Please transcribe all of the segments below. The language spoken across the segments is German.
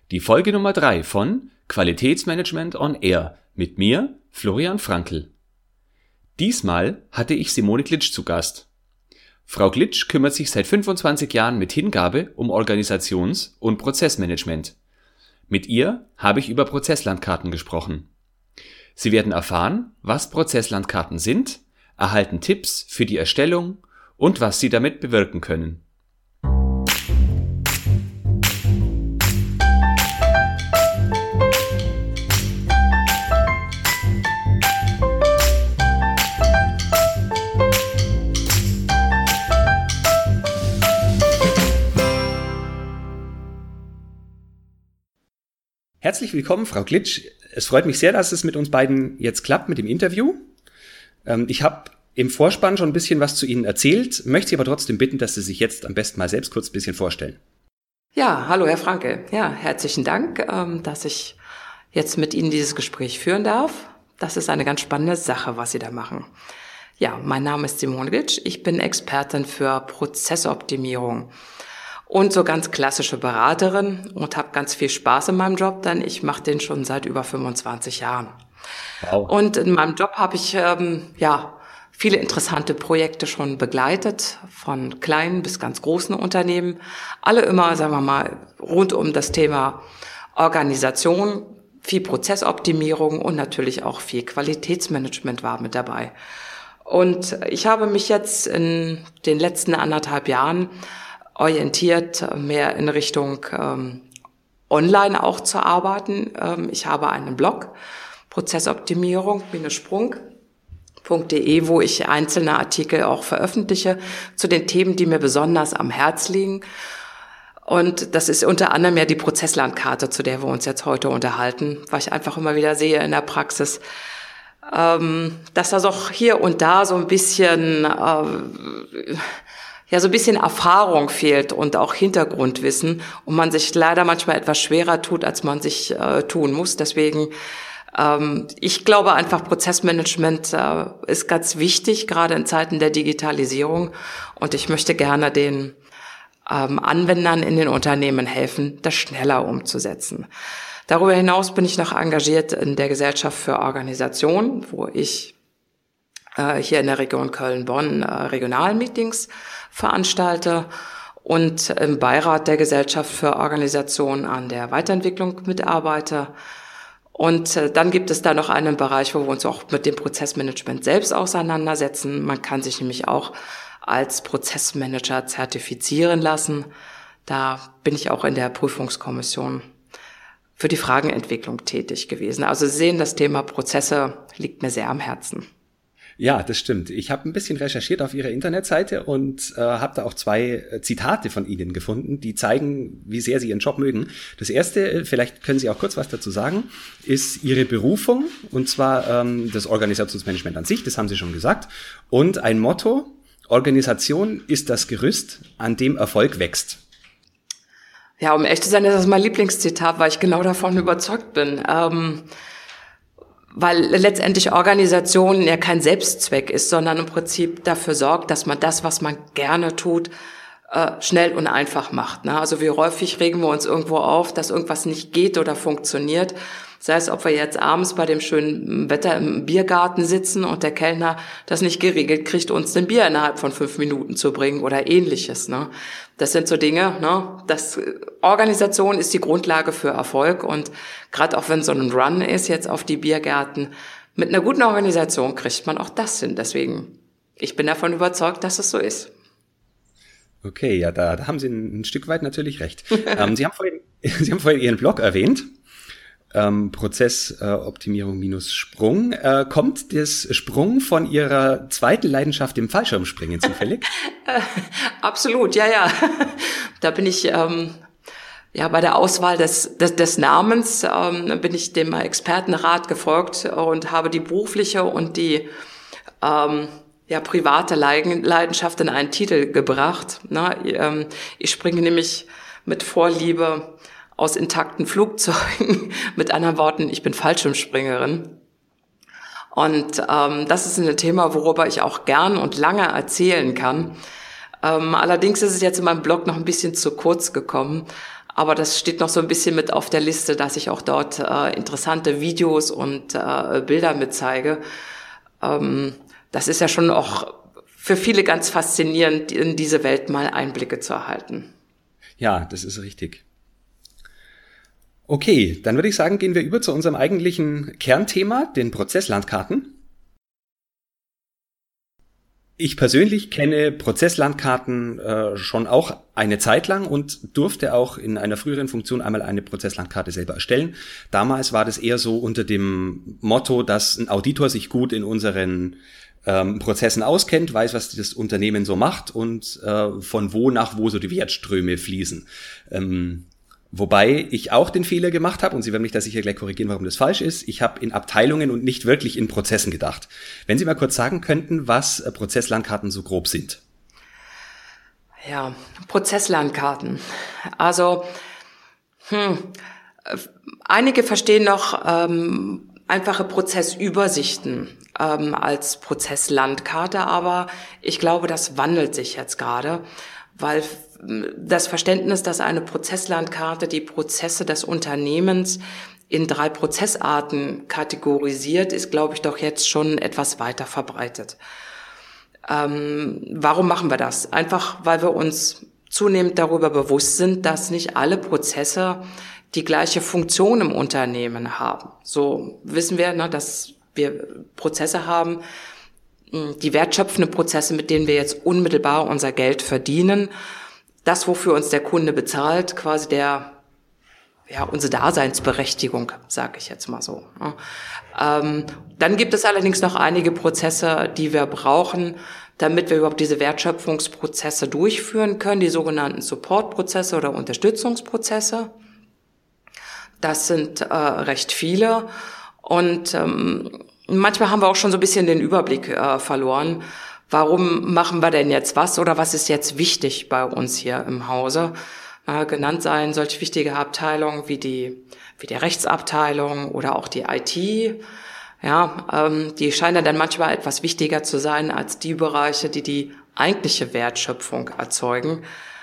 Die Folge Nummer 3 von Qualitätsmanagement on Air mit mir, Florian Frankl. Diesmal hatte ich Simone Glitsch zu Gast. Frau Glitsch kümmert sich seit 25 Jahren mit Hingabe um Organisations- und Prozessmanagement. Mit ihr habe ich über Prozesslandkarten gesprochen. Sie werden erfahren, was Prozesslandkarten sind, erhalten Tipps für die Erstellung und was Sie damit bewirken können. Herzlich willkommen, Frau Glitsch. Es freut mich sehr, dass es mit uns beiden jetzt klappt mit dem Interview. Ich habe im Vorspann schon ein bisschen was zu Ihnen erzählt, möchte Sie aber trotzdem bitten, dass Sie sich jetzt am besten mal selbst kurz ein bisschen vorstellen. Ja, hallo Herr Frankl. Ja, herzlichen Dank, dass ich jetzt mit Ihnen dieses Gespräch führen darf. Das ist eine ganz spannende Sache, was Sie da machen. Ja, mein Name ist Simone Glitsch. Ich bin Expertin für Prozessoptimierung und so ganz klassische Beraterin und habe ganz viel Spaß in meinem Job, denn ich mache den schon seit über 25 Jahren. Wow. Und in meinem Job habe ich viele interessante Projekte schon begleitet, von kleinen bis ganz großen Unternehmen. Alle immer, sagen wir mal, rund um das Thema Organisation, viel Prozessoptimierung und natürlich auch viel Qualitätsmanagement war mit dabei. Und ich habe mich jetzt in den letzten 1,5 Jahren orientiert, mehr in Richtung online auch zu arbeiten. Ich habe einen Blog, Prozessoptimierung-sprung.de, wo ich einzelne Artikel auch veröffentliche zu den Themen, die mir besonders am Herz liegen. Und das ist unter anderem ja die Prozesslandkarte, zu der wir uns jetzt heute unterhalten, weil ich einfach immer wieder sehe in der Praxis, dass das auch hier und da so ein bisschen Erfahrung fehlt und auch Hintergrundwissen und man sich leider manchmal etwas schwerer tut, als man sich tun muss. Deswegen, ich glaube einfach, Prozessmanagement ist ganz wichtig, gerade in Zeiten der Digitalisierung. Und ich möchte gerne den Anwendern in den Unternehmen helfen, das schneller umzusetzen. Darüber hinaus bin ich noch engagiert in der Gesellschaft für Organisation, wo ich hier in der Region Köln-Bonn Regionalmeetings veranstalte und im Beirat der Gesellschaft für Organisation an der Weiterentwicklung mitarbeite. Und dann gibt es da noch einen Bereich, wo wir uns auch mit dem Prozessmanagement selbst auseinandersetzen. Man kann sich nämlich auch als Prozessmanager zertifizieren lassen. Da bin ich auch in der Prüfungskommission für die Fragenentwicklung tätig gewesen. Also Sie sehen, das Thema Prozesse liegt mir sehr am Herzen. Ja, das stimmt. Ich habe ein bisschen recherchiert auf Ihrer Internetseite und habe da auch 2 Zitate von Ihnen gefunden, die zeigen, wie sehr Sie Ihren Job mögen. Das erste, vielleicht können Sie auch kurz was dazu sagen, ist Ihre Berufung, und zwar das Organisationsmanagement an sich, das haben Sie schon gesagt, und ein Motto: Organisation ist das Gerüst, an dem Erfolg wächst. Ja, um ehrlich zu sein, ist das mein Lieblingszitat, weil ich genau davon überzeugt bin. Weil letztendlich Organisation ja kein Selbstzweck ist, sondern im Prinzip dafür sorgt, dass man das, was man gerne tut, schnell und einfach macht. Ne? Also wie häufig regen wir uns irgendwo auf, dass irgendwas nicht geht oder funktioniert. Sei es, ob wir jetzt abends bei dem schönen Wetter im Biergarten sitzen und der Kellner das nicht geregelt kriegt, uns ein Bier innerhalb von 5 Minuten zu bringen oder ähnliches. Ne? Das sind so Dinge, ne? Organisation ist die Grundlage für Erfolg, und gerade auch wenn so ein Run ist jetzt auf die Biergärten, mit einer guten Organisation kriegt man auch das hin. Deswegen, ich bin davon überzeugt, dass es so ist. Okay, ja, da haben Sie ein Stück weit natürlich recht. Sie haben vorhin Ihren Blog erwähnt. Prozessoptimierung-Sprung. Kommt das Sprung von Ihrer zweiten Leidenschaft, dem Fallschirmspringen, zufällig? Absolut, ja. Da bin ich bei der Auswahl des Namens bin ich dem Expertenrat gefolgt und habe die berufliche und die private Leidenschaft in einen Titel gebracht. Ich springe nämlich mit Vorliebe aus intakten Flugzeugen. Mit anderen Worten, ich bin Fallschirmspringerin. Und das ist ein Thema, worüber ich auch gern und lange erzählen kann. Allerdings ist es jetzt in meinem Blog noch ein bisschen zu kurz gekommen. Aber das steht noch so ein bisschen mit auf der Liste, dass ich auch dort interessante Videos und Bilder mit zeige. Das ist ja schon auch für viele ganz faszinierend, in diese Welt mal Einblicke zu erhalten. Ja, das ist richtig. Okay, dann würde ich sagen, gehen wir über zu unserem eigentlichen Kernthema, den Prozesslandkarten. Ich persönlich kenne Prozesslandkarten schon auch eine Zeit lang und durfte auch in einer früheren Funktion einmal eine Prozesslandkarte selber erstellen. Damals war das eher so unter dem Motto, dass ein Auditor sich gut in unseren Prozessen auskennt, weiß, was das Unternehmen so macht und von wo nach wo so die Wertströme fließen. Wobei ich auch den Fehler gemacht habe, und Sie werden mich da sicher gleich korrigieren, warum das falsch ist, ich habe in Abteilungen und nicht wirklich in Prozessen gedacht. Wenn Sie mal kurz sagen könnten, was Prozesslandkarten so grob sind. Ja, Prozesslandkarten. Also, einige verstehen noch einfache Prozessübersichten als Prozesslandkarte, aber ich glaube, das wandelt sich jetzt gerade, weil das Verständnis, dass eine Prozesslandkarte die Prozesse des Unternehmens in 3 Prozessarten kategorisiert, ist, glaube ich, doch jetzt schon etwas weiter verbreitet. Warum machen wir das? Einfach, weil wir uns zunehmend darüber bewusst sind, dass nicht alle Prozesse die gleiche Funktion im Unternehmen haben. So wissen wir, dass wir Prozesse haben, die wertschöpfende Prozesse, mit denen wir jetzt unmittelbar unser Geld verdienen. Das, wofür uns der Kunde bezahlt, quasi unsere Daseinsberechtigung, sage ich jetzt mal so. Dann gibt es allerdings noch einige Prozesse, die wir brauchen, damit wir überhaupt diese Wertschöpfungsprozesse durchführen können, die sogenannten Supportprozesse oder Unterstützungsprozesse. Das sind recht viele und manchmal haben wir auch schon so ein bisschen den Überblick verloren. Warum machen wir denn jetzt was oder was ist jetzt wichtig bei uns hier im Hause? Genannt seien solche wichtige Abteilungen wie die Rechtsabteilung oder auch die IT. Ja, die scheinen dann manchmal etwas wichtiger zu sein als die Bereiche, die eigentliche Wertschöpfung erzeugen.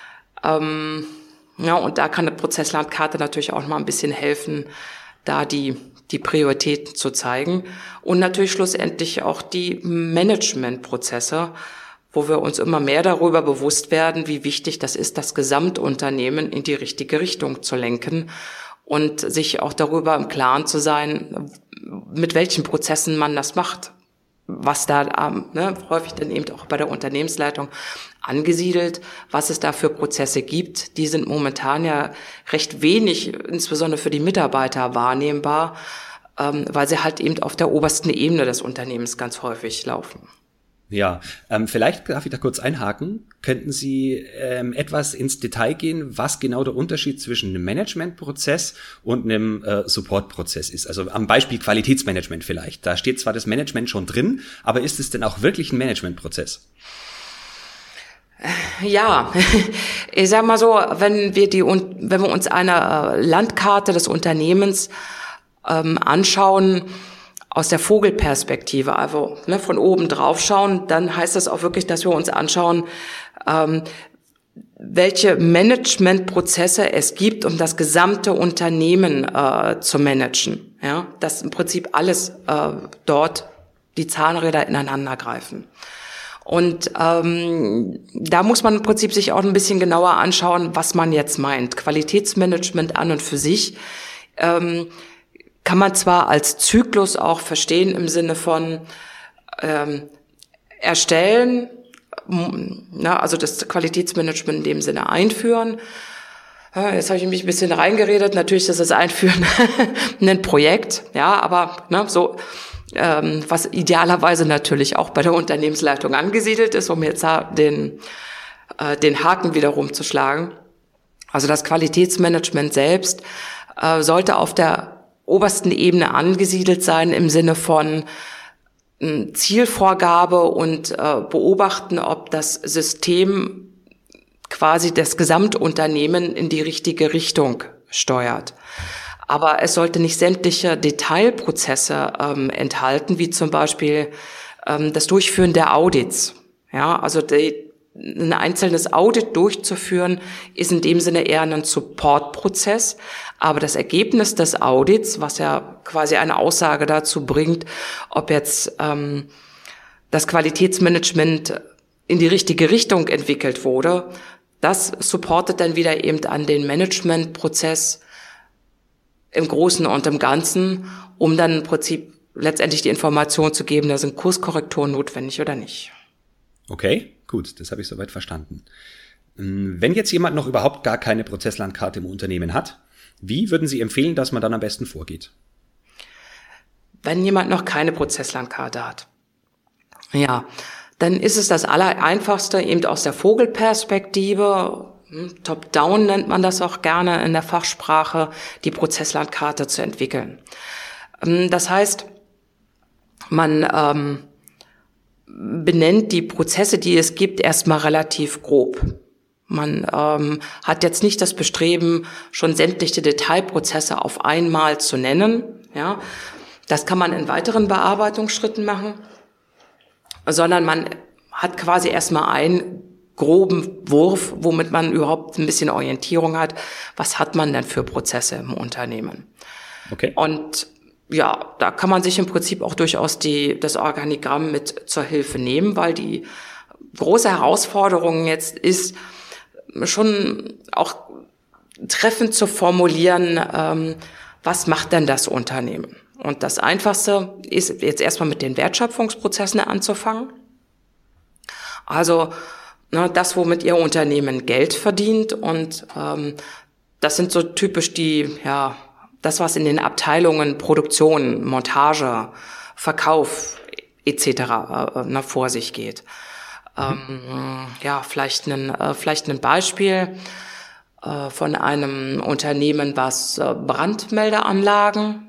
Ja, und da kann eine Prozesslandkarte natürlich auch mal ein bisschen helfen, da die Prioritäten zu zeigen und natürlich schlussendlich auch die Managementprozesse, wo wir uns immer mehr darüber bewusst werden, wie wichtig das ist, das Gesamtunternehmen in die richtige Richtung zu lenken und sich auch darüber im Klaren zu sein, mit welchen Prozessen man das macht, was da häufig dann eben auch bei der Unternehmensleitung angesiedelt, was es da für Prozesse gibt. Die sind momentan ja recht wenig, insbesondere für die Mitarbeiter, wahrnehmbar, weil sie halt eben auf der obersten Ebene des Unternehmens ganz häufig laufen. Ja, vielleicht darf ich da kurz einhaken. Könnten Sie etwas ins Detail gehen, was genau der Unterschied zwischen einem Managementprozess und einem Supportprozess ist? Also am Beispiel Qualitätsmanagement vielleicht. Da steht zwar das Management schon drin, aber ist es denn auch wirklich ein Managementprozess? Ja, ich sag mal so, wenn wir uns eine Landkarte des Unternehmens anschauen, aus der Vogelperspektive, also von oben drauf schauen, dann heißt das auch wirklich, dass wir uns anschauen, welche Managementprozesse es gibt, um das gesamte Unternehmen zu managen. Ja, dass im Prinzip alles dort die Zahnräder ineinander greifen. Und da muss man im Prinzip sich auch ein bisschen genauer anschauen, was man jetzt meint. Qualitätsmanagement an und für sich kann man zwar als Zyklus auch verstehen im Sinne von erstellen, also das Qualitätsmanagement in dem Sinne einführen. Jetzt habe ich mich ein bisschen reingeredet. Natürlich ist das Einführen ein Projekt, ja, aber was idealerweise natürlich auch bei der Unternehmensleitung angesiedelt ist, um jetzt den Haken wieder rumzuschlagen. Also das Qualitätsmanagement selbst sollte auf der obersten Ebene angesiedelt sein im Sinne von Zielvorgabe und beobachten, ob das System quasi das Gesamtunternehmen in die richtige Richtung steuert. Aber es sollte nicht sämtliche Detailprozesse enthalten, wie zum Beispiel das Durchführen der Audits. Ja, also ein einzelnes Audit durchzuführen, ist in dem Sinne eher ein Support-Prozess. Aber das Ergebnis des Audits, was ja quasi eine Aussage dazu bringt, ob jetzt das Qualitätsmanagement in die richtige Richtung entwickelt wurde, das supportet dann wieder eben an den Managementprozess im Großen und im Ganzen, um dann im Prinzip letztendlich die Information zu geben, da sind Kurskorrekturen notwendig oder nicht. Okay, gut, das habe ich soweit verstanden. Wenn jetzt jemand noch überhaupt gar keine Prozesslandkarte im Unternehmen hat, wie würden Sie empfehlen, dass man dann am besten vorgeht? Wenn jemand noch keine Prozesslandkarte hat, ja, dann ist es das Allereinfachste, eben aus der Vogelperspektive, Top-Down nennt man das auch gerne in der Fachsprache, die Prozesslandkarte zu entwickeln. Das heißt, man benennt die Prozesse, die es gibt, erstmal relativ grob. Man hat jetzt nicht das Bestreben, schon sämtliche Detailprozesse auf einmal zu nennen. Ja, das kann man in weiteren Bearbeitungsschritten machen, sondern man hat quasi erstmal einen groben Wurf, womit man überhaupt ein bisschen Orientierung hat. Was hat man denn für Prozesse im Unternehmen? Okay. Und ja, da kann man sich im Prinzip auch durchaus das Organigramm mit zur Hilfe nehmen, weil die große Herausforderung jetzt ist, schon auch treffend zu formulieren, was macht denn das Unternehmen? Und das Einfachste ist jetzt erstmal mit den Wertschöpfungsprozessen anzufangen. Also das, womit Ihr Unternehmen Geld verdient, und das sind so typisch das, was in den Abteilungen Produktion, Montage, Verkauf etc. Vor sich geht. Vielleicht ein Beispiel von einem Unternehmen, was Brandmeldeanlagen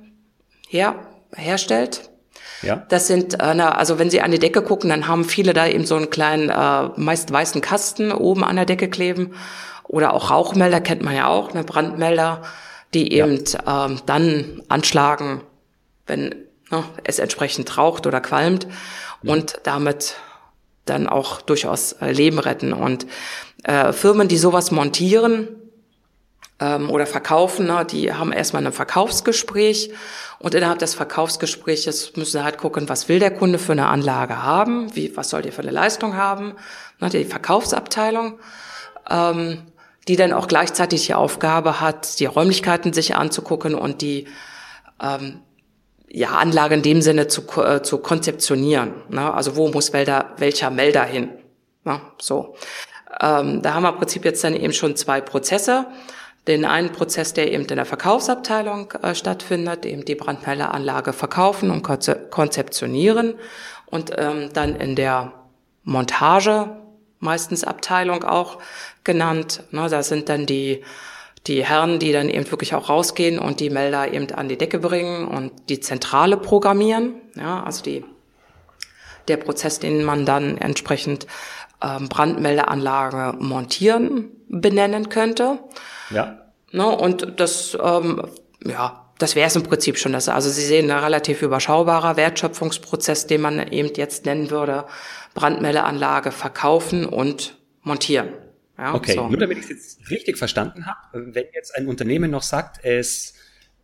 herstellt. Ja. Das sind, also wenn Sie an die Decke gucken, dann haben viele da eben so einen kleinen, meist weißen Kasten oben an der Decke kleben. Oder auch Rauchmelder, kennt man ja auch, Brandmelder, die eben dann anschlagen, wenn es entsprechend raucht oder qualmt, und damit dann auch durchaus Leben retten. Und Firmen, die sowas montieren oder verkaufen, die haben erstmal ein Verkaufsgespräch, und innerhalb des Verkaufsgespräches müssen sie halt gucken, was will der Kunde für eine Anlage haben, was soll der für eine Leistung haben, die Verkaufsabteilung, die dann auch gleichzeitig die Aufgabe hat, die Räumlichkeiten sich anzugucken und die Anlage in dem Sinne zu konzeptionieren. Also wo muss welcher Melder hin? Da haben wir im Prinzip jetzt dann eben schon zwei Prozesse. Den einen Prozess, der eben in der Verkaufsabteilung stattfindet, eben die Brandmeldeanlage verkaufen und konzeptionieren, und dann in der Montage, meistens Abteilung auch genannt. Da sind dann die Herren, die dann eben wirklich auch rausgehen und die Melder eben an die Decke bringen und die Zentrale programmieren. Also der Prozess, den man dann entsprechend Brandmeldeanlage montieren benennen könnte. Ja. Und das wäre es im Prinzip schon. Also Sie sehen, ein relativ überschaubarer Wertschöpfungsprozess, den man eben jetzt nennen würde, Brandmeldeanlage verkaufen und montieren. Ja, okay, nur damit ich es jetzt richtig verstanden habe, wenn jetzt ein Unternehmen noch sagt, es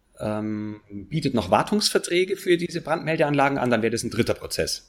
bietet noch Wartungsverträge für diese Brandmeldeanlagen an, dann wäre das ein dritter Prozess.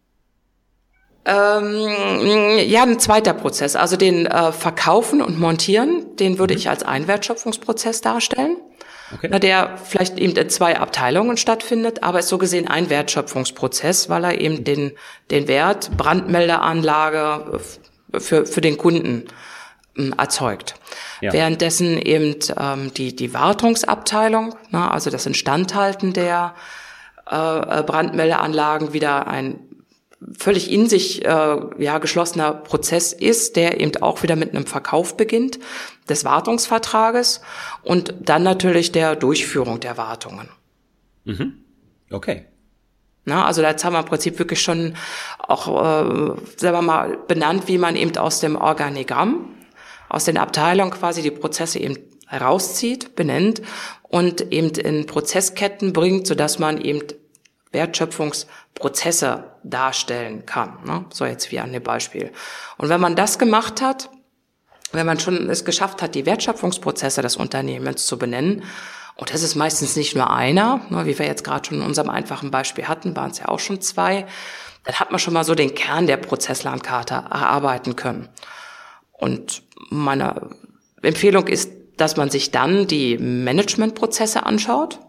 Ein zweiter Prozess. Also den Verkaufen und Montieren, den würde ich als einen Wertschöpfungsprozess darstellen. Okay. Der vielleicht eben in zwei Abteilungen stattfindet, aber ist so gesehen ein Wertschöpfungsprozess, weil er eben den Wert Brandmeldeanlage für den Kunden erzeugt. Ja. Währenddessen eben die Wartungsabteilung, also das Instandhalten der Brandmeldeanlagen, wieder ein völlig in sich geschlossener Prozess ist, der eben auch wieder mit einem Verkauf beginnt, des Wartungsvertrages, und dann natürlich der Durchführung der Wartungen. Mhm. Okay. Also jetzt haben wir im Prinzip wirklich schon auch, benannt, wie man eben aus dem Organigramm, aus den Abteilungen quasi die Prozesse eben herauszieht, benennt und eben in Prozessketten bringt, sodass man eben Wertschöpfungsprozesse darstellen kann. Ne? So jetzt wie an dem Beispiel. Und wenn man das gemacht hat, wenn man schon es geschafft hat, die Wertschöpfungsprozesse des Unternehmens zu benennen, und das ist meistens nicht nur einer, ne, wie wir jetzt gerade schon in unserem einfachen Beispiel hatten, waren es ja auch schon 2, dann hat man schon mal so den Kern der Prozesslandkarte erarbeiten können. Und meine Empfehlung ist, dass man sich dann die Managementprozesse anschaut.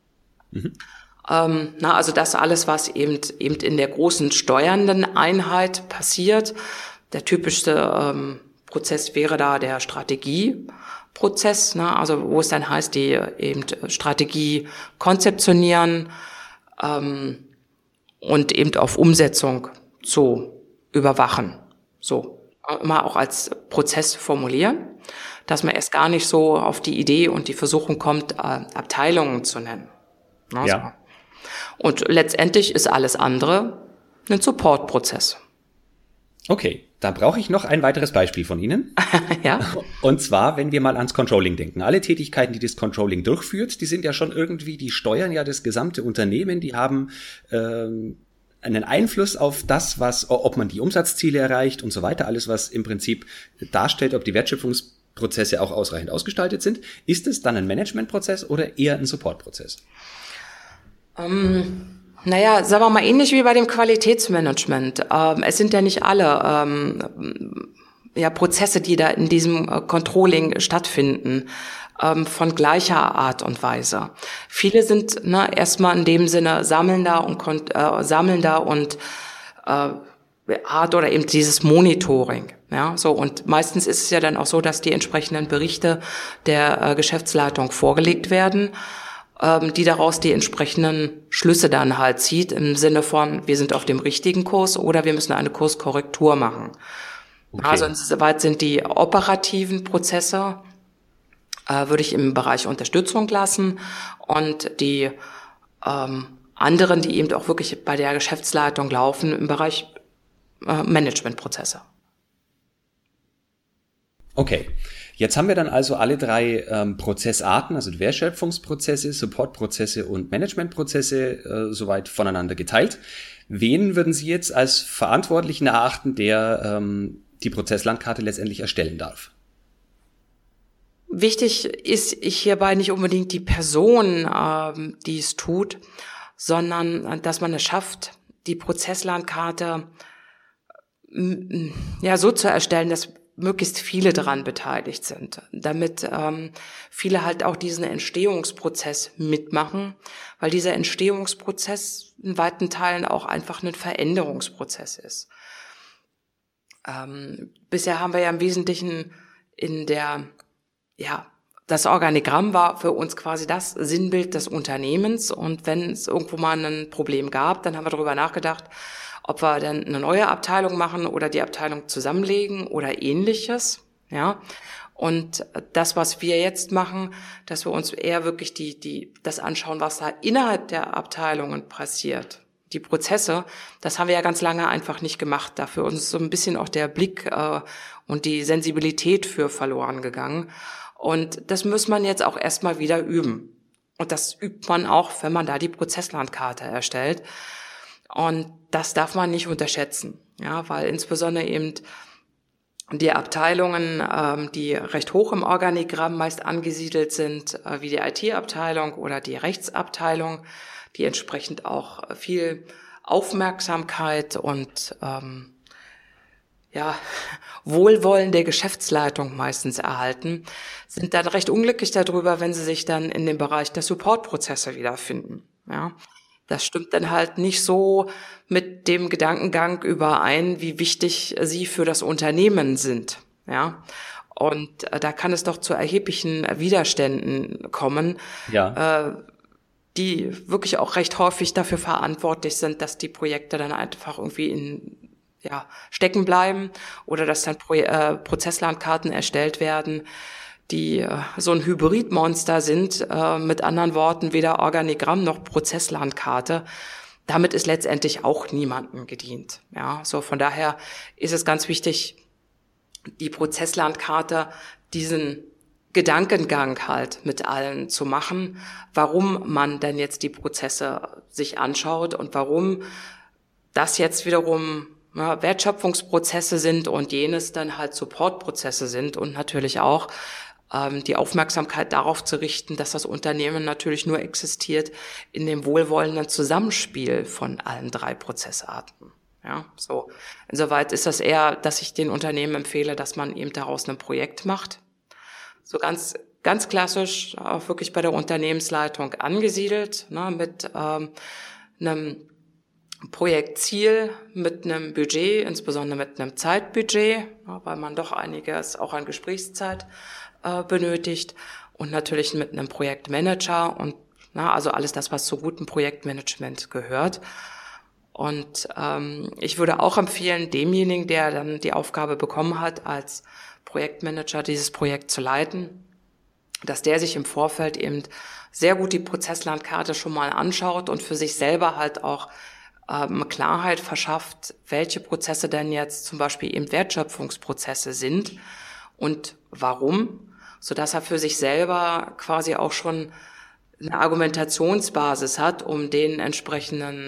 Also das alles, was eben in der großen steuernden Einheit passiert. Der typischste Prozess wäre da der Strategieprozess, ne? Also wo es dann heißt, die eben Strategie konzeptionieren und eben auf Umsetzung zu überwachen. So, immer auch als Prozess formulieren, dass man erst gar nicht so auf die Idee und die Versuchung kommt, Abteilungen zu nennen. Ne? Ja. Und letztendlich ist alles andere ein Supportprozess. Okay, da brauche ich noch ein weiteres Beispiel von Ihnen. Ja. Und zwar, wenn wir mal ans Controlling denken. Alle Tätigkeiten, die das Controlling durchführt, die sind ja schon irgendwie, die steuern ja das gesamte Unternehmen, die haben einen Einfluss auf das, ob man die Umsatzziele erreicht und so weiter, alles, was im Prinzip darstellt, ob die Wertschöpfungsprozesse auch ausreichend ausgestaltet sind. Ist es dann ein Managementprozess oder eher ein Supportprozess? Naja, sagen wir mal ähnlich wie bei dem Qualitätsmanagement. Es sind ja nicht alle Prozesse, die da in diesem Controlling stattfinden, von gleicher Art und Weise. Viele sind erstmal in dem Sinne sammelnder und Art oder eben dieses Monitoring. Ja, so, und meistens ist es ja dann auch so, dass die entsprechenden Berichte der Geschäftsleitung vorgelegt werden, die daraus die entsprechenden Schlüsse dann halt zieht, im Sinne von, wir sind auf dem richtigen Kurs oder wir müssen eine Kurskorrektur machen. Okay. Also insoweit sind die operativen Prozesse, würde ich im Bereich Unterstützung lassen, und die anderen, die eben auch wirklich bei der Geschäftsleitung laufen, im Bereich Managementprozesse. Okay. Jetzt haben wir dann also alle 3 Prozessarten, also Wertschöpfungsprozesse, Supportprozesse und Managementprozesse soweit voneinander geteilt. Wen würden Sie jetzt als Verantwortlichen erachten, der die Prozesslandkarte letztendlich erstellen darf? Wichtig ist hierbei nicht unbedingt die Person, die es tut, sondern dass man es schafft, die Prozesslandkarte so zu erstellen, dass möglichst viele daran beteiligt sind, damit viele halt auch diesen Entstehungsprozess mitmachen, weil dieser Entstehungsprozess in weiten Teilen auch einfach ein Veränderungsprozess ist. Bisher haben wir ja im Wesentlichen das Organigramm war für uns quasi das Sinnbild des Unternehmens, und wenn es irgendwo mal ein Problem gab, dann haben wir darüber nachgedacht, ob wir dann eine neue Abteilung machen oder die Abteilung zusammenlegen oder Ähnliches, ja. Und das, was wir jetzt machen, dass wir uns eher wirklich das anschauen, was da innerhalb der Abteilungen passiert. Die Prozesse, das haben wir ja ganz lange einfach nicht gemacht. Dafür uns so ein bisschen auch der Blick und die Sensibilität für verloren gegangen. Und das muss man jetzt auch erstmal wieder üben. Und das übt man auch, wenn man da die Prozesslandkarte erstellt. Und das darf man nicht unterschätzen, ja, weil insbesondere eben die Abteilungen, die recht hoch im Organigramm meist angesiedelt sind, wie die IT-Abteilung oder die Rechtsabteilung, die entsprechend auch viel Aufmerksamkeit und Wohlwollen der Geschäftsleitung meistens erhalten, sind dann recht unglücklich darüber, wenn sie sich dann in dem Bereich der Supportprozesse wiederfinden, ja. Das stimmt dann halt nicht so mit dem Gedankengang überein, wie wichtig sie für das Unternehmen sind, ja. Und da kann es doch zu erheblichen Widerständen kommen, die wirklich auch recht häufig dafür verantwortlich sind, dass die Projekte dann einfach irgendwie stecken bleiben oder dass dann Prozesslandkarten erstellt werden, die so ein Hybridmonster sind, mit anderen Worten weder Organigramm noch Prozesslandkarte. Damit ist letztendlich auch niemandem gedient. Ja, so von daher ist es ganz wichtig, die Prozesslandkarte diesen Gedankengang halt mit allen zu machen, warum man denn jetzt die Prozesse sich anschaut und warum das jetzt wiederum Wertschöpfungsprozesse sind und jenes dann halt Supportprozesse sind und natürlich auch die Aufmerksamkeit darauf zu richten, dass das Unternehmen natürlich nur existiert in dem wohlwollenden Zusammenspiel von allen 3 Prozessarten. Ja, so. Insoweit ist das eher, dass ich den Unternehmen empfehle, dass man eben daraus ein Projekt macht. So ganz klassisch, auch wirklich bei der Unternehmensleitung angesiedelt, mit einem Projektziel, mit einem Budget, insbesondere mit einem Zeitbudget, weil man doch einiges auch an Gesprächszeit benötigt und natürlich mit einem Projektmanager und also alles das, was zu gutem Projektmanagement gehört. Und ich würde auch empfehlen, demjenigen, der dann die Aufgabe bekommen hat, als Projektmanager dieses Projekt zu leiten, dass der sich im Vorfeld eben sehr gut die Prozesslandkarte schon mal anschaut und für sich selber halt auch Klarheit verschafft, welche Prozesse denn jetzt zum Beispiel eben Wertschöpfungsprozesse sind und warum, sodass er für sich selber quasi auch schon eine Argumentationsbasis hat, um den entsprechenden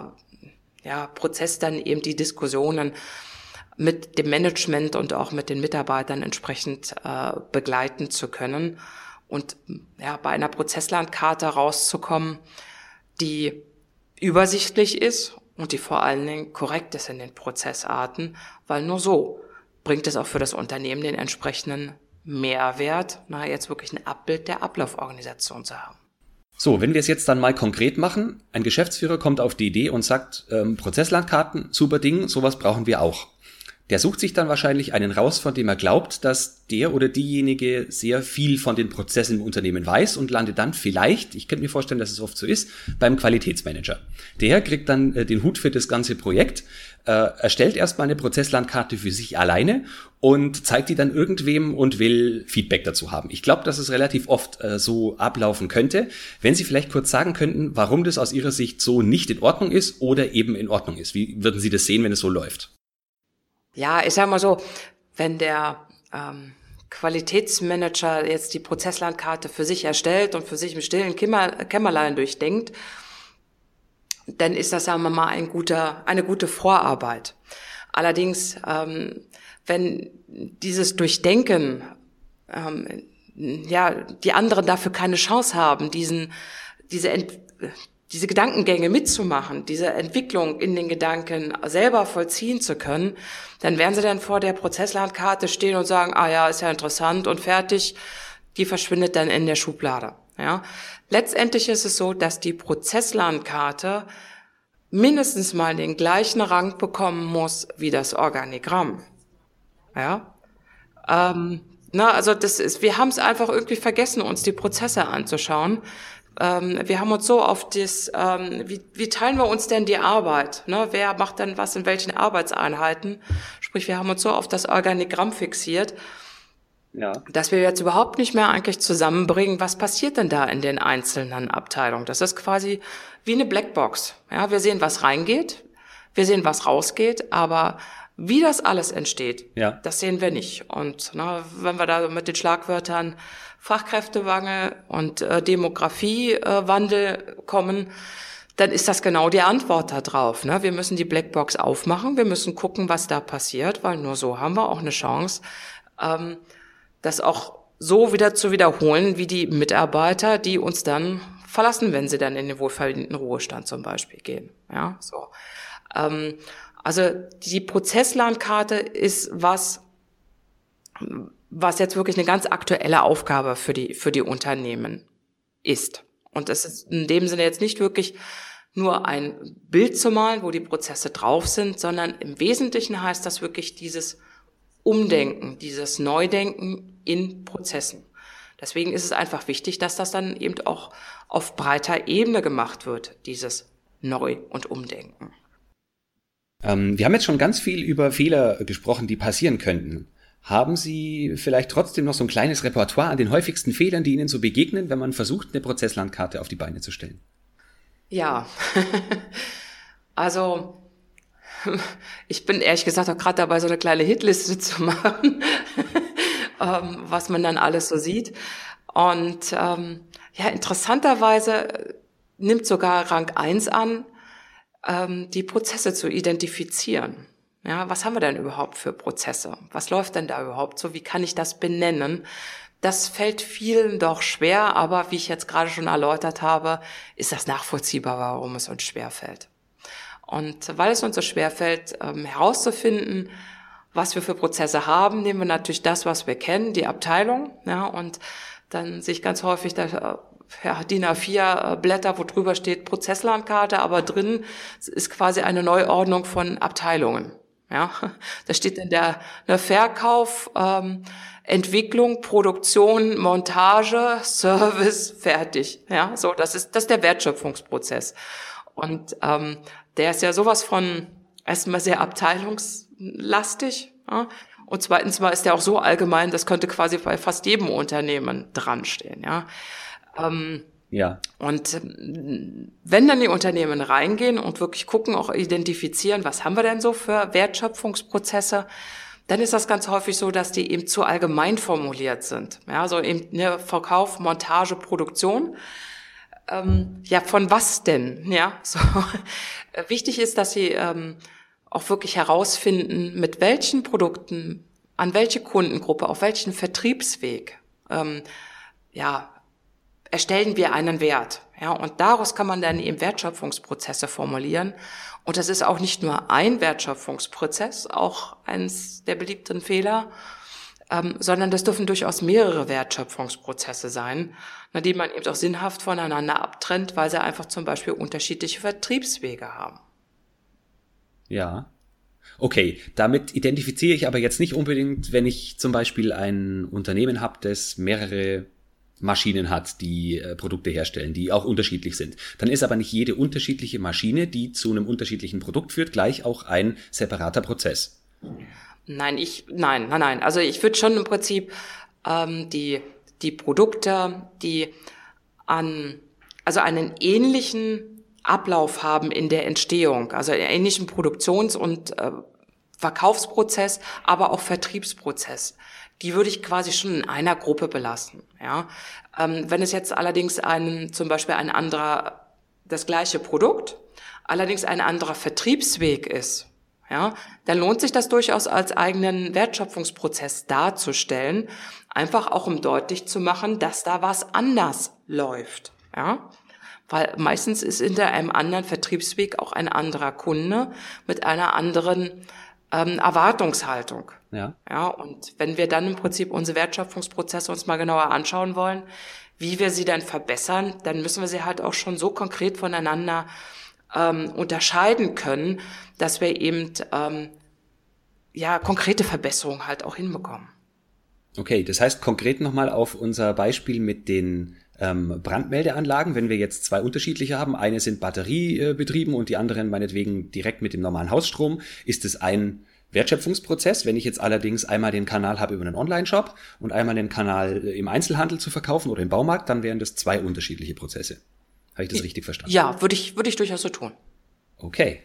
Prozess dann eben die Diskussionen mit dem Management und auch mit den Mitarbeitern entsprechend begleiten zu können und bei einer Prozesslandkarte rauszukommen, die übersichtlich ist und die vor allen Dingen korrekt ist in den Prozessarten, weil nur so bringt es auch für das Unternehmen den entsprechenden Mehrwert, jetzt wirklich ein Abbild der Ablauforganisation zu haben. So, wenn wir es jetzt dann mal konkret machen, ein Geschäftsführer kommt auf die Idee und sagt, Prozesslandkarten, super Ding, sowas brauchen wir auch. Der sucht sich dann wahrscheinlich einen raus, von dem er glaubt, dass der oder diejenige sehr viel von den Prozessen im Unternehmen weiß und landet dann vielleicht, ich könnte mir vorstellen, dass es oft so ist, beim Qualitätsmanager. Der kriegt dann den Hut für das ganze Projekt, erstellt erstmal eine Prozesslandkarte für sich alleine und zeigt die dann irgendwem und will Feedback dazu haben. Ich glaube, dass es relativ oft so ablaufen könnte. Wenn Sie vielleicht kurz sagen könnten, warum das aus Ihrer Sicht so nicht in Ordnung ist oder eben in Ordnung ist. Wie würden Sie das sehen, wenn es so läuft? Ja, ich sag mal so, wenn der Qualitätsmanager jetzt die Prozesslandkarte für sich erstellt und für sich im stillen Kämmerlein durchdenkt, dann ist das, sagen wir mal, eine gute Vorarbeit. Allerdings, wenn dieses Durchdenken, die anderen dafür keine Chance haben, diese Gedankengänge mitzumachen, diese Entwicklung in den Gedanken selber vollziehen zu können, dann werden sie dann vor der Prozesslandkarte stehen und sagen, ist ja interessant und fertig, die verschwindet dann in der Schublade. Ja. Letztendlich ist es so, dass die Prozesslandkarte mindestens mal den gleichen Rang bekommen muss wie das Organigramm. Ja. Wir haben es einfach irgendwie vergessen, uns die Prozesse anzuschauen. Wir haben uns so auf wie teilen wir uns denn die Arbeit? Wer macht denn was in welchen Arbeitseinheiten? Sprich, wir haben uns so auf das Organigramm fixiert, dass wir jetzt überhaupt nicht mehr eigentlich zusammenbringen, was passiert denn da in den einzelnen Abteilungen? Das ist quasi wie eine Blackbox. Ja, wir sehen, was reingeht, wir sehen, was rausgeht, aber wie das alles entsteht, das sehen wir nicht. Und wenn wir da mit den Schlagwörtern Fachkräftemangel und Demografiewandel kommen, dann ist das genau die Antwort da drauf. Wir müssen die Blackbox aufmachen, wir müssen gucken, was da passiert, weil nur so haben wir auch eine Chance, das auch so wieder zu wiederholen, wie die Mitarbeiter, die uns dann verlassen, wenn sie dann in den wohlverdienten Ruhestand zum Beispiel gehen. Ja, so. Also die Prozesslandkarte ist was jetzt wirklich eine ganz aktuelle Aufgabe für die Unternehmen ist. Und es ist in dem Sinne jetzt nicht wirklich nur ein Bild zu malen, wo die Prozesse drauf sind, sondern im Wesentlichen heißt das wirklich dieses Umdenken, dieses Neudenken in Prozessen. Deswegen ist es einfach wichtig, dass das dann eben auch auf breiter Ebene gemacht wird, dieses Neu- und Umdenken. Wir haben jetzt schon ganz viel über Fehler gesprochen, die passieren könnten. Haben Sie vielleicht trotzdem noch so ein kleines Repertoire an den häufigsten Fehlern, die Ihnen so begegnen, wenn man versucht, eine Prozesslandkarte auf die Beine zu stellen? Ja, also ich bin ehrlich gesagt auch gerade dabei, so eine kleine Hitliste zu machen. was man dann alles so sieht. Und interessanterweise nimmt sogar Rang 1 an, die Prozesse zu identifizieren. Ja, was haben wir denn überhaupt für Prozesse? Was läuft denn da überhaupt so? Wie kann ich das benennen? Das fällt vielen doch schwer, aber wie ich jetzt gerade schon erläutert habe, ist das nachvollziehbar, warum es uns schwerfällt. Und weil es uns so schwerfällt, herauszufinden, was wir für Prozesse haben, nehmen wir natürlich das, was wir kennen, die Abteilung, ja, und dann sehe ich ganz häufig DIN A4 Blätter, wo drüber steht Prozesslandkarte, aber drin ist quasi eine Neuordnung von Abteilungen. Ja, da steht dann der Verkauf, Entwicklung, Produktion, Montage, Service, fertig. Ja, so das ist der Wertschöpfungsprozess. Und der ist ja sowas von erstmal sehr abteilungslastig. Ja? Und zweitens mal ist der auch so allgemein, das könnte quasi bei fast jedem Unternehmen dran stehen. Ja. Ja. Und wenn dann die Unternehmen reingehen und wirklich gucken, auch identifizieren, was haben wir denn so für Wertschöpfungsprozesse, dann ist das ganz häufig so, dass die eben zu allgemein formuliert sind. Ja, so eben Verkauf, Montage, Produktion. Von was denn? Ja, so. Wichtig ist, dass sie auch wirklich herausfinden, mit welchen Produkten, an welche Kundengruppe, auf welchen Vertriebsweg, erstellen wir einen Wert. Ja, und daraus kann man dann eben Wertschöpfungsprozesse formulieren. Und das ist auch nicht nur ein Wertschöpfungsprozess, auch eines der beliebten Fehler, sondern das dürfen durchaus mehrere Wertschöpfungsprozesse sein, die man eben auch sinnhaft voneinander abtrennt, weil sie einfach zum Beispiel unterschiedliche Vertriebswege haben. Ja. Okay, damit identifiziere ich aber jetzt nicht unbedingt, wenn ich zum Beispiel ein Unternehmen habe, das mehrere Maschinen hat, die Produkte herstellen, die auch unterschiedlich sind. Dann ist aber nicht jede unterschiedliche Maschine, die zu einem unterschiedlichen Produkt führt, gleich auch ein separater Prozess. Nein. Also ich würde schon im Prinzip die Produkte, die einen ähnlichen Ablauf haben in der Entstehung, also einen ähnlichen Produktions- und Verkaufsprozess, aber auch Vertriebsprozess. Die würde ich quasi schon in einer Gruppe belassen. Ja, wenn es jetzt allerdings zum Beispiel ein anderer, das gleiche Produkt, allerdings ein anderer Vertriebsweg ist, ja, dann lohnt sich das durchaus als eigenen Wertschöpfungsprozess darzustellen, einfach auch um deutlich zu machen, dass da was anders läuft. Ja, weil meistens ist hinter einem anderen Vertriebsweg auch ein anderer Kunde mit einer anderen Erwartungshaltung. Ja, und wenn wir dann im Prinzip unsere Wertschöpfungsprozesse uns mal genauer anschauen wollen, wie wir sie dann verbessern, dann müssen wir sie halt auch schon so konkret voneinander unterscheiden können, dass wir eben konkrete Verbesserungen halt auch hinbekommen. Okay, das heißt konkret nochmal auf unser Beispiel mit den Brandmeldeanlagen, wenn wir jetzt zwei unterschiedliche haben, eine sind batteriebetrieben und die anderen meinetwegen direkt mit dem normalen Hausstrom, ist es ein Wertschöpfungsprozess. Wenn ich jetzt allerdings einmal den Kanal habe über einen Online-Shop und einmal den Kanal im Einzelhandel zu verkaufen oder im Baumarkt, dann wären das zwei unterschiedliche Prozesse. Habe ich das richtig verstanden? Ja, würde ich durchaus so tun. Okay.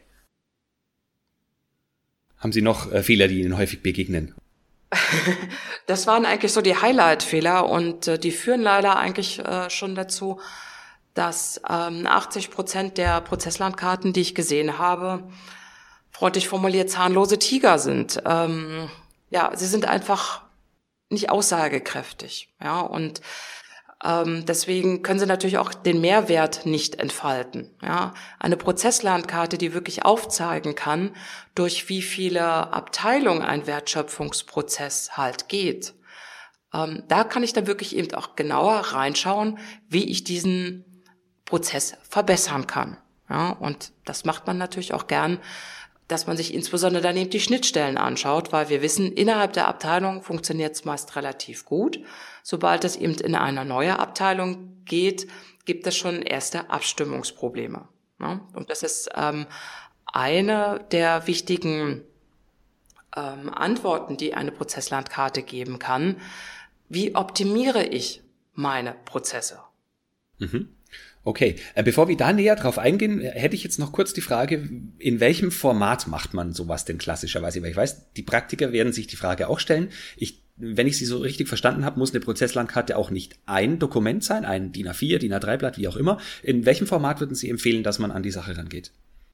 Haben Sie noch Fehler, die Ihnen häufig begegnen? Das waren eigentlich so die Highlight-Fehler und die führen leider eigentlich schon dazu, dass 80% der Prozesslandkarten, die ich gesehen habe, freundlich formuliert zahnlose Tiger sind. Sie sind einfach nicht aussagekräftig. Ja, und deswegen können sie natürlich auch den Mehrwert nicht entfalten. Ja, eine Prozesslandkarte, die wirklich aufzeigen kann, durch wie viele Abteilungen ein Wertschöpfungsprozess halt geht. Da kann ich dann wirklich eben auch genauer reinschauen, wie ich diesen Prozess verbessern kann. Ja, und das macht man natürlich auch gern, dass man sich insbesondere dann eben die Schnittstellen anschaut, weil wir wissen, innerhalb der Abteilung funktioniert es meist relativ gut. Sobald es eben in eine neue Abteilung geht, gibt es schon erste Abstimmungsprobleme. Ja? Und das ist eine der wichtigen Antworten, die eine Prozesslandkarte geben kann. Wie optimiere ich meine Prozesse? Mhm. Okay, bevor wir da näher drauf eingehen, hätte ich jetzt noch kurz die Frage, in welchem Format macht man sowas denn klassischerweise? Weil ich weiß, die Praktiker werden sich die Frage auch stellen. Ich wenn ich Sie so richtig verstanden habe, muss eine Prozesslandkarte auch nicht ein Dokument sein, ein DIN A4, DIN A3-Blatt, wie auch immer. In welchem Format würden Sie empfehlen, dass man an die Sache rangeht?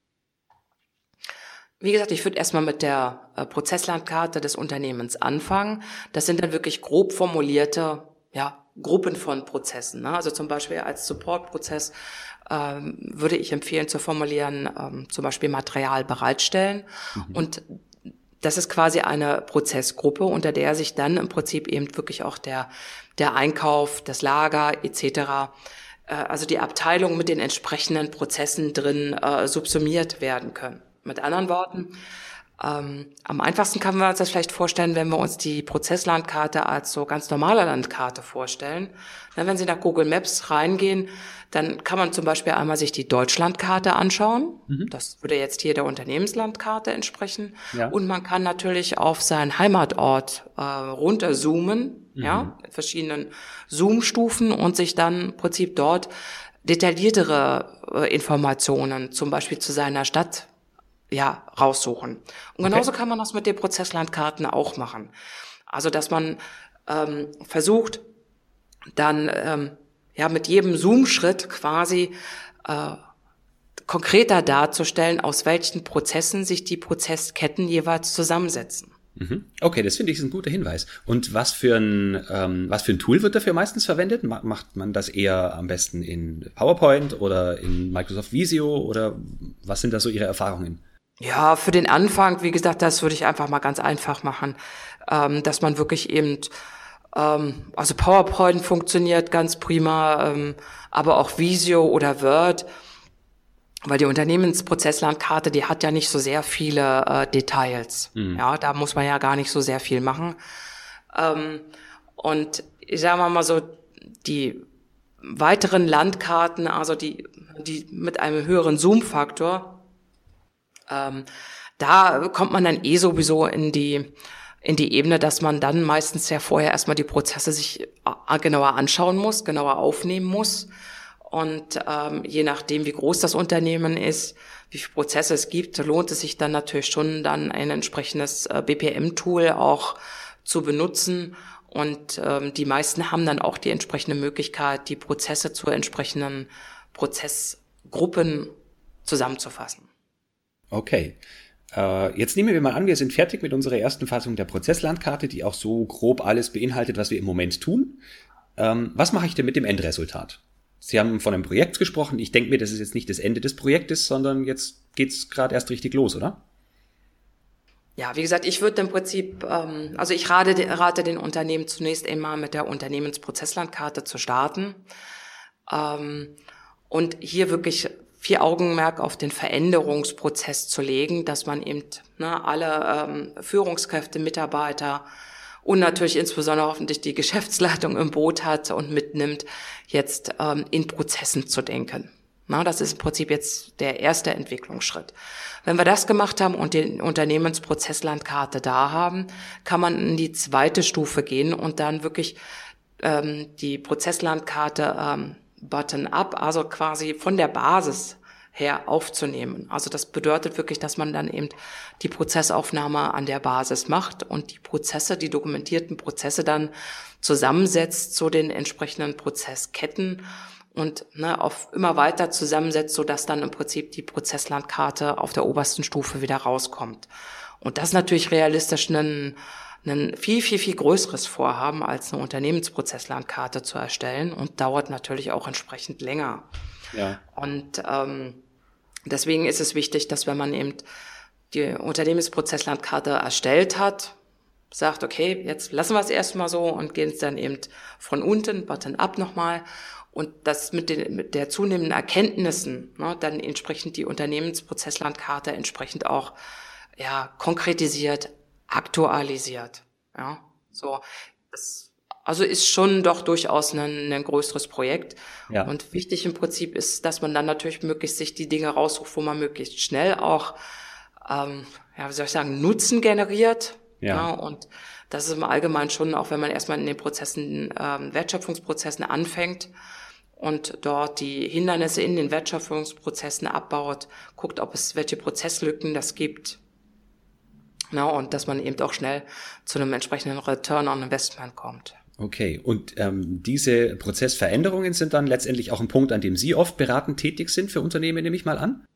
Wie gesagt, ich würde erstmal mit der Prozesslandkarte des Unternehmens anfangen. Das sind dann wirklich grob formulierte Gruppen von Prozessen. Ne? Also zum Beispiel als Supportprozess würde ich empfehlen zu formulieren, zum Beispiel Material bereitstellen. Und das ist quasi eine Prozessgruppe, unter der sich dann im Prinzip eben wirklich auch der Einkauf, das Lager etc., also die Abteilung mit den entsprechenden Prozessen drin subsumiert werden können. Mit anderen Worten, am einfachsten können wir uns das vielleicht vorstellen, wenn wir uns die Prozesslandkarte als so ganz normale Landkarte vorstellen. Dann, wenn Sie nach Google Maps reingehen, dann kann man zum Beispiel einmal sich die Deutschlandkarte anschauen. Das würde jetzt hier der Unternehmenslandkarte entsprechen. Ja. Und man kann natürlich auf seinen Heimatort runterzoomen, in verschiedenen Zoomstufen und sich dann im Prinzip dort detailliertere Informationen, zum Beispiel zu seiner Stadt, raussuchen. Und genauso kann man das mit den Prozesslandkarten auch machen. Also, dass man versucht, dann mit jedem Zoom-Schritt quasi konkreter darzustellen, aus welchen Prozessen sich die Prozessketten jeweils zusammensetzen. Okay, das finde ich ist ein guter Hinweis. Und was für ein Tool wird dafür meistens verwendet? Macht man das eher am besten in PowerPoint oder in Microsoft Visio oder was sind da so Ihre Erfahrungen? Ja, für den Anfang, wie gesagt, das würde ich einfach mal ganz einfach machen, dass man wirklich eben, also PowerPoint funktioniert ganz prima, aber auch Visio oder Word, weil die Unternehmensprozesslandkarte, die hat ja nicht so sehr viele Details. Ja, da muss man ja gar nicht so sehr viel machen. Und ich sage mal so, die weiteren Landkarten, also die mit einem höheren Zoom-Faktor, da kommt man dann sowieso in die Ebene, dass man dann meistens ja vorher erstmal die Prozesse sich genauer anschauen muss, genauer aufnehmen muss. Und je nachdem, wie groß das Unternehmen ist, wie viele Prozesse es gibt, lohnt es sich dann natürlich schon, dann ein entsprechendes BPM-Tool auch zu benutzen. Und die meisten haben dann auch die entsprechende Möglichkeit, die Prozesse zu entsprechenden Prozessgruppen zusammenzufassen. Okay. Jetzt nehmen wir mal an, wir sind fertig mit unserer ersten Fassung der Prozesslandkarte, die auch so grob alles beinhaltet, was wir im Moment tun. Was mache ich denn mit dem Endresultat? Sie haben von einem Projekt gesprochen. Ich denke mir, das ist jetzt nicht das Ende des Projektes, sondern jetzt geht's gerade erst richtig los, oder? Ja, wie gesagt, ich würde im Prinzip, also ich rate den Unternehmen zunächst einmal mit der Unternehmensprozesslandkarte zu starten und hier wirklich viel Augenmerk auf den Veränderungsprozess zu legen, dass man eben alle Führungskräfte, Mitarbeiter und natürlich insbesondere hoffentlich die Geschäftsleitung im Boot hat und mitnimmt, jetzt in Prozessen zu denken. Das ist im Prinzip jetzt der erste Entwicklungsschritt. Wenn wir das gemacht haben und die Unternehmensprozesslandkarte da haben, kann man in die zweite Stufe gehen und dann wirklich die Prozesslandkarte bottom-up, also quasi von der Basis her aufzunehmen. Also das bedeutet wirklich, dass man dann eben die Prozessaufnahme an der Basis macht und die Prozesse, die dokumentierten Prozesse dann zusammensetzt zu den entsprechenden Prozessketten und auf immer weiter zusammensetzt, sodass dann im Prinzip die Prozesslandkarte auf der obersten Stufe wieder rauskommt. Und das ist natürlich realistisch ein viel, viel, viel größeres Vorhaben, als eine Unternehmensprozesslandkarte zu erstellen und dauert natürlich auch entsprechend länger. Ja. Und deswegen ist es wichtig, dass wenn man eben die Unternehmensprozesslandkarte erstellt hat, sagt, okay, jetzt lassen wir es erstmal so und gehen es dann eben von unten, bottom-up nochmal und das mit der zunehmenden Erkenntnissen, dann entsprechend die Unternehmensprozesslandkarte entsprechend auch konkretisiert, aktualisiert. Ja, so. Also ist schon doch durchaus ein größeres Projekt. Ja. Und wichtig im Prinzip ist, dass man dann natürlich möglichst sich die Dinge raussucht, wo man möglichst schnell auch, Nutzen generiert. Ja. Und das ist im Allgemeinen schon, auch wenn man erstmal in den Prozessen, Wertschöpfungsprozessen anfängt und dort die Hindernisse in den Wertschöpfungsprozessen abbaut, guckt, ob es welche Prozesslücken das gibt. Na, und dass man eben auch schnell zu einem entsprechenden Return on Investment kommt. Okay, und diese Prozessveränderungen sind dann letztendlich auch ein Punkt, an dem Sie oft beratend tätig sind für Unternehmen, nehme ich mal an?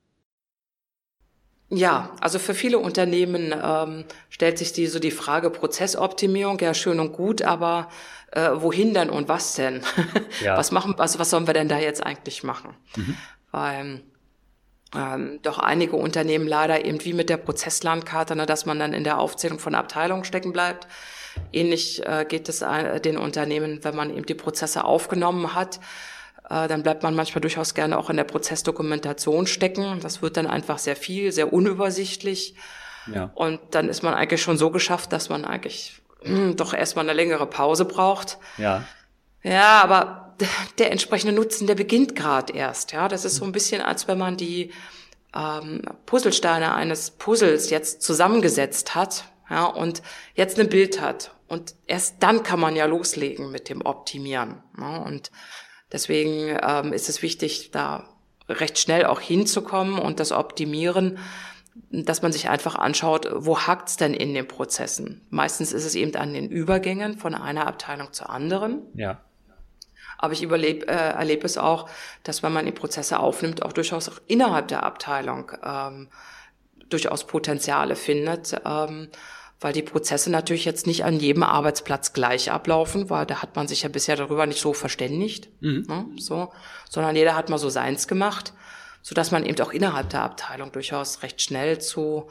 Ja, also für viele Unternehmen stellt sich die Frage Prozessoptimierung, ja schön und gut, aber wohin denn und was denn? Ja. Was sollen wir denn da jetzt eigentlich machen? Weil doch einige Unternehmen leider eben wie mit der Prozesslandkarte, ne, dass man dann in der Aufzählung von Abteilungen stecken bleibt. Ähnlich geht es den Unternehmen, wenn man eben die Prozesse aufgenommen hat. Dann bleibt man manchmal durchaus gerne auch in der Prozessdokumentation stecken. Das wird dann einfach sehr viel, sehr unübersichtlich. Ja. Und dann ist man eigentlich schon so geschafft, dass man eigentlich doch erstmal eine längere Pause braucht. Ja. Ja, aber der entsprechende Nutzen, der beginnt gerade erst. Ja, das ist so ein bisschen, als wenn man die Puzzlesteine eines Puzzles jetzt zusammengesetzt hat, ja, und jetzt ein Bild hat. Und erst dann kann man ja loslegen mit dem Optimieren. Ja, und deswegen ist es wichtig, da recht schnell auch hinzukommen und das Optimieren, dass man sich einfach anschaut, wo hakt's denn in den Prozessen? Meistens ist es eben an den Übergängen von einer Abteilung zur anderen. Ja. Aber ich erlebe es auch, dass wenn man die Prozesse aufnimmt, auch durchaus auch innerhalb der Abteilung durchaus Potenziale findet, weil die Prozesse natürlich jetzt nicht an jedem Arbeitsplatz gleich ablaufen, weil da hat man sich ja bisher darüber nicht so verständigt, ne, so, sondern jeder hat mal so seins gemacht, so dass man eben auch innerhalb der Abteilung durchaus recht schnell zu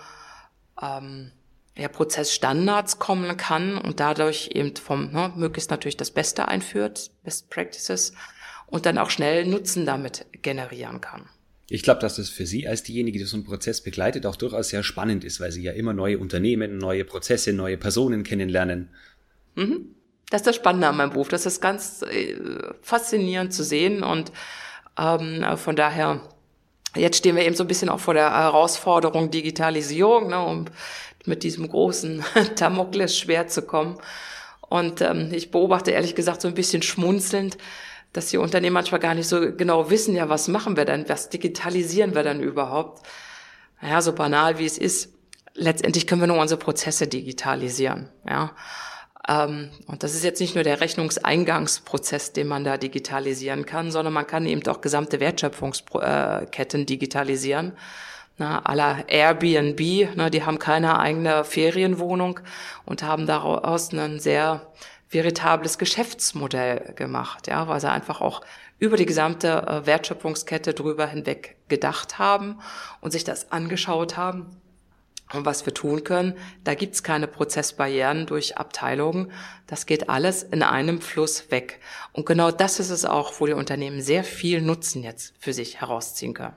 Prozessstandards kommen kann und dadurch eben möglichst natürlich das Beste einführt, Best Practices, und dann auch schnell Nutzen damit generieren kann. Ich glaube, dass das für Sie als diejenige, die so einen Prozess begleitet, auch durchaus sehr spannend ist, weil Sie ja immer neue Unternehmen, neue Prozesse, neue Personen kennenlernen. Das ist das Spannende an meinem Beruf. Das ist ganz faszinierend zu sehen und von daher, jetzt stehen wir eben so ein bisschen auch vor der Herausforderung Digitalisierung, ne, um mit diesem großen Damoklesschwert zu kommen. Und ich beobachte ehrlich gesagt so ein bisschen schmunzelnd, dass die Unternehmen manchmal gar nicht so genau wissen, ja, was machen wir denn, was digitalisieren wir denn überhaupt? Naja, so banal wie es ist, letztendlich können wir nur unsere Prozesse digitalisieren, ja. Und das ist jetzt nicht nur der Rechnungseingangsprozess, den man da digitalisieren kann, sondern man kann eben auch gesamte Wertschöpfungsketten digitalisieren. Na, à la Airbnb, ne, die haben keine eigene Ferienwohnung und haben daraus ein sehr veritables Geschäftsmodell gemacht, ja, weil sie einfach auch über die gesamte Wertschöpfungskette drüber hinweg gedacht haben und sich das angeschaut haben. Und was wir tun können, da gibt's keine Prozessbarrieren durch Abteilungen. Das geht alles in einem Fluss weg. Und genau das ist es auch, wo die Unternehmen sehr viel Nutzen jetzt für sich herausziehen können.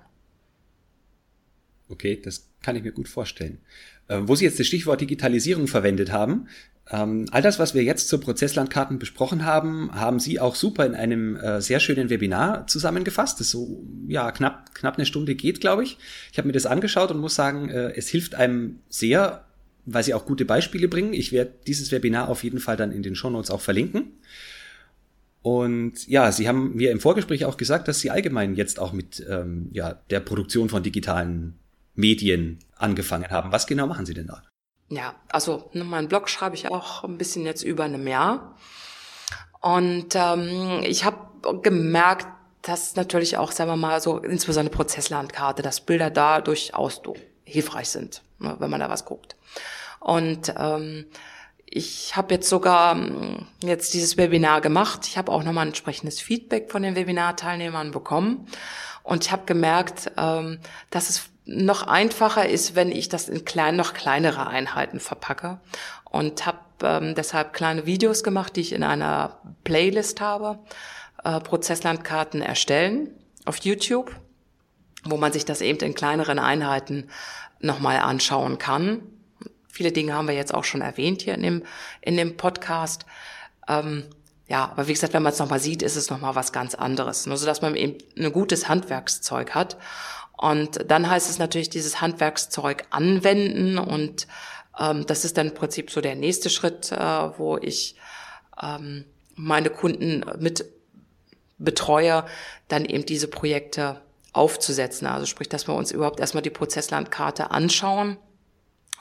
Okay, das kann ich mir gut vorstellen. Wo Sie jetzt das Stichwort Digitalisierung verwendet haben, all das, was wir jetzt zur Prozesslandkarten besprochen haben, haben Sie auch super in einem sehr schönen Webinar zusammengefasst, das so knapp eine Stunde geht, glaube ich. Ich habe mir das angeschaut und muss sagen, es hilft einem sehr, weil Sie auch gute Beispiele bringen. Ich werde dieses Webinar auf jeden Fall dann in den Shownotes auch verlinken. Und ja, Sie haben mir im Vorgespräch auch gesagt, dass Sie allgemein jetzt auch mit der Produktion von digitalen Medien angefangen haben. Was genau machen Sie denn da? Ja, also meinen Blog schreibe ich auch ein bisschen jetzt über einem Jahr. Und ich habe gemerkt, dass natürlich auch, sagen wir mal, so insbesondere Prozesslandkarte, dass Bilder da durchaus hilfreich sind, ne, wenn man da was guckt. Und ich habe jetzt sogar jetzt dieses Webinar gemacht. Ich habe auch nochmal ein entsprechendes Feedback von den Webinarteilnehmern bekommen. Und ich habe gemerkt, dass es noch einfacher ist, wenn ich das in noch kleinere Einheiten verpacke. Und habe deshalb kleine Videos gemacht, die ich in einer Playlist habe. Prozesslandkarten erstellen auf YouTube, wo man sich das eben in kleineren Einheiten nochmal anschauen kann. Viele Dinge haben wir jetzt auch schon erwähnt hier in dem Podcast. Aber wie gesagt, wenn man es nochmal sieht, ist es nochmal was ganz anderes. Nur so, dass man eben ein gutes Handwerkszeug hat. Und dann heißt es natürlich, dieses Handwerkszeug anwenden. Und das ist dann im Prinzip so der nächste Schritt, wo ich meine Kunden mit betreue, dann eben diese Projekte aufzusetzen. Also sprich, dass wir uns überhaupt erstmal die Prozesslandkarte anschauen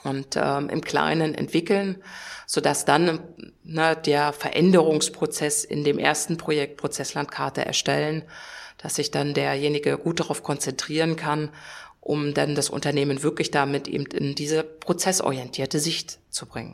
und im Kleinen entwickeln, sodass dann der Veränderungsprozess in dem ersten Projekt Prozesslandkarte erstellen, dass sich dann derjenige gut darauf konzentrieren kann, um dann das Unternehmen wirklich damit eben in diese prozessorientierte Sicht zu bringen.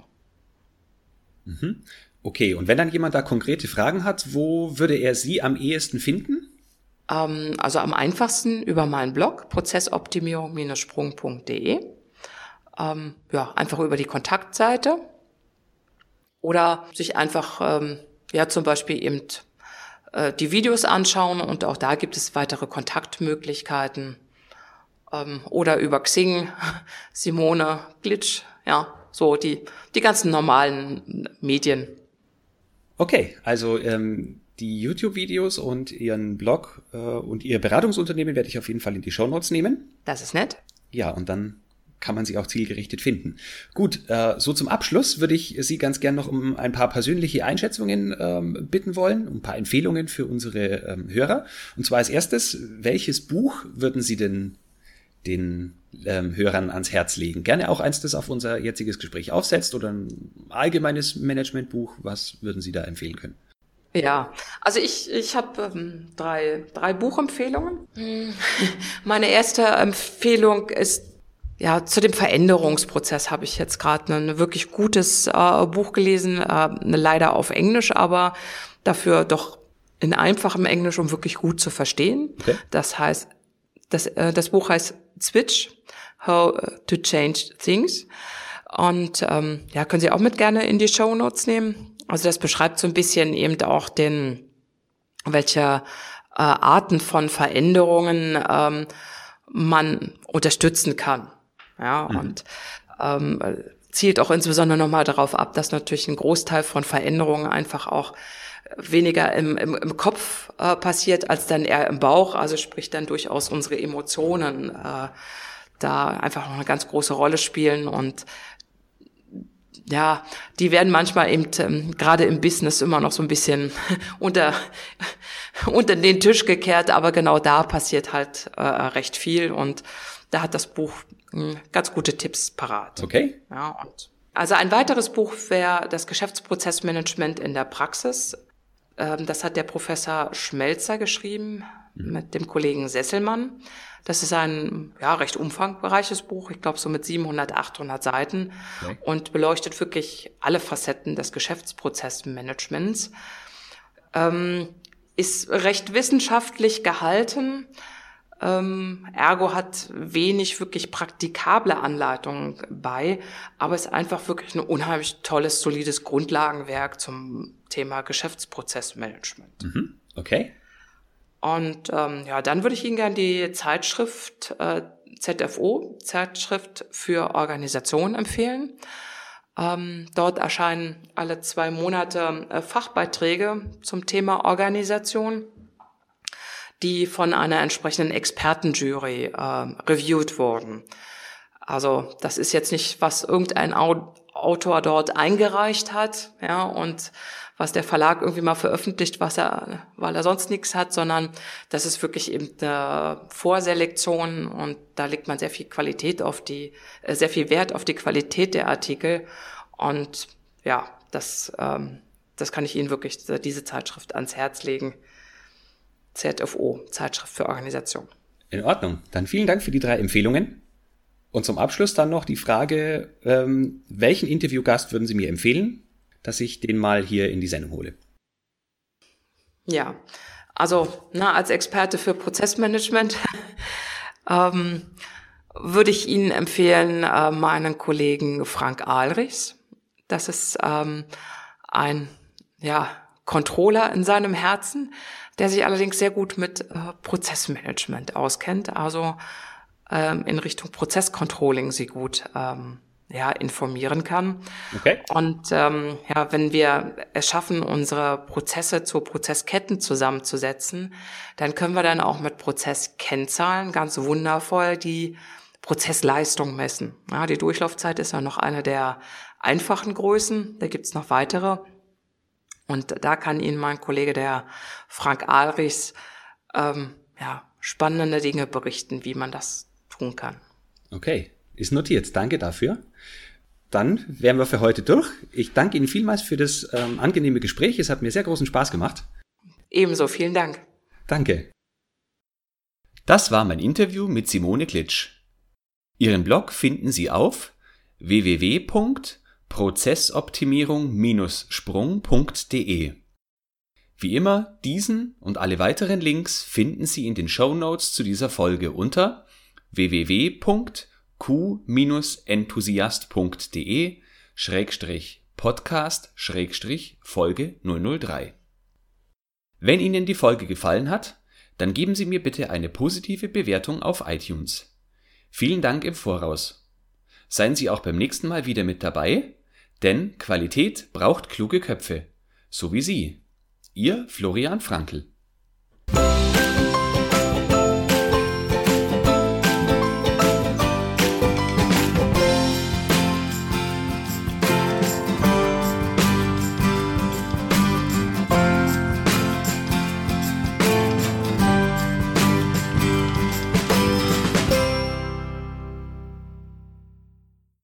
Okay, und wenn dann jemand da konkrete Fragen hat, wo würde er Sie am ehesten finden? Also am einfachsten über meinen Blog prozessoptimierung-sprung.de. Einfach über die Kontaktseite oder sich einfach zum Beispiel eben die Videos anschauen, und auch da gibt es weitere Kontaktmöglichkeiten, oder über Xing, Simone Glitsch, so die ganzen normalen Medien. Okay, also die YouTube-Videos und Ihren Blog und Ihr Beratungsunternehmen werde ich auf jeden Fall in die Shownotes nehmen. Das ist nett. Ja, und dann kann man sie auch zielgerichtet finden. Gut, so zum Abschluss würde ich Sie ganz gern noch um ein paar persönliche Einschätzungen bitten wollen, um ein paar Empfehlungen für unsere Hörer. Und zwar als erstes, welches Buch würden Sie denn den Hörern ans Herz legen? Gerne auch eins, das auf unser jetziges Gespräch aufsetzt, oder ein allgemeines Managementbuch. Was würden Sie da empfehlen können? Ja, also ich habe drei Buchempfehlungen. Meine erste Empfehlung ist, zu dem Veränderungsprozess habe ich jetzt gerade ein wirklich gutes Buch gelesen, leider auf Englisch, aber dafür doch in einfachem Englisch, um wirklich gut zu verstehen. Okay. Das heißt, das Buch heißt Switch, How to Change Things. Und können Sie auch mit gerne in die Shownotes nehmen. Also das beschreibt so ein bisschen eben auch welche Arten von Veränderungen man unterstützen kann. Und zielt auch insbesondere nochmal darauf ab, dass natürlich ein Großteil von Veränderungen einfach auch weniger im Kopf passiert, als dann eher im Bauch. Also sprich dann durchaus unsere Emotionen da einfach noch eine ganz große Rolle spielen. Und die werden manchmal eben gerade im Business immer noch so ein bisschen unter den Tisch gekehrt, aber genau da passiert halt recht viel, und da hat das Buch ganz gute Tipps parat. Okay. Also ein weiteres Buch wäre das Geschäftsprozessmanagement in der Praxis. Das hat der Professor Schmelzer geschrieben mit dem Kollegen Sesselmann. Das ist ein recht umfangreiches Buch, ich glaube so mit 700, 800 Seiten, und beleuchtet wirklich alle Facetten des Geschäftsprozessmanagements. Ist recht wissenschaftlich gehalten, ergo hat wenig wirklich praktikable Anleitungen bei, aber ist einfach wirklich ein unheimlich tolles, solides Grundlagenwerk zum Thema Geschäftsprozessmanagement. Okay. Und dann würde ich Ihnen gerne die Zeitschrift ZFO, Zeitschrift für Organisation, empfehlen. Dort erscheinen alle 2 Monate Fachbeiträge zum Thema Organisation, die von einer entsprechenden Expertenjury reviewed wurden. Also das ist jetzt nicht, was irgendein Autor dort eingereicht hat, und was der Verlag irgendwie mal veröffentlicht, weil er sonst nichts hat, sondern das ist wirklich eben eine Vorselektion, und da legt man sehr viel sehr viel Wert auf die Qualität der Artikel, und das kann ich Ihnen wirklich, diese Zeitschrift ans Herz legen. ZFO, Zeitschrift für Organisation. In Ordnung. Dann vielen Dank für die 3 Empfehlungen. Und zum Abschluss dann noch die Frage, welchen Interviewgast würden Sie mir empfehlen, dass ich den mal hier in die Sendung hole? Ja, also als Experte für Prozessmanagement würde ich Ihnen empfehlen, meinen Kollegen Frank Ahlrichs. Das ist ein Controller in seinem Herzen, der sich allerdings sehr gut mit Prozessmanagement auskennt, also in Richtung Prozesscontrolling sie gut informieren kann. Okay. Und wenn wir es schaffen, unsere Prozesse zu Prozessketten zusammenzusetzen, dann können wir dann auch mit Prozesskennzahlen ganz wundervoll die Prozessleistung messen. Ja, die Durchlaufzeit ist ja noch eine der einfachen Größen, da gibt's noch weitere. Und da kann Ihnen mein Kollege, der Frank Ahlrichs, spannende Dinge berichten, wie man das tun kann. Okay. Ist notiert. Danke dafür. Dann wären wir für heute durch. Ich danke Ihnen vielmals für das angenehme Gespräch. Es hat mir sehr großen Spaß gemacht. Ebenso, vielen Dank. Danke. Das war mein Interview mit Simone Glitsch. Ihren Blog finden Sie auf www.prozessoptimierung-sprung.de. Wie immer, diesen und alle weiteren Links finden Sie in den Shownotes zu dieser Folge unter www.q-enthusiast.de/podcast/Folge 003. Wenn Ihnen die Folge gefallen hat, dann geben Sie mir bitte eine positive Bewertung auf iTunes. Vielen Dank im Voraus. Seien Sie auch beim nächsten Mal wieder mit dabei, denn Qualität braucht kluge Köpfe, so wie Sie. Ihr Florian Frankl.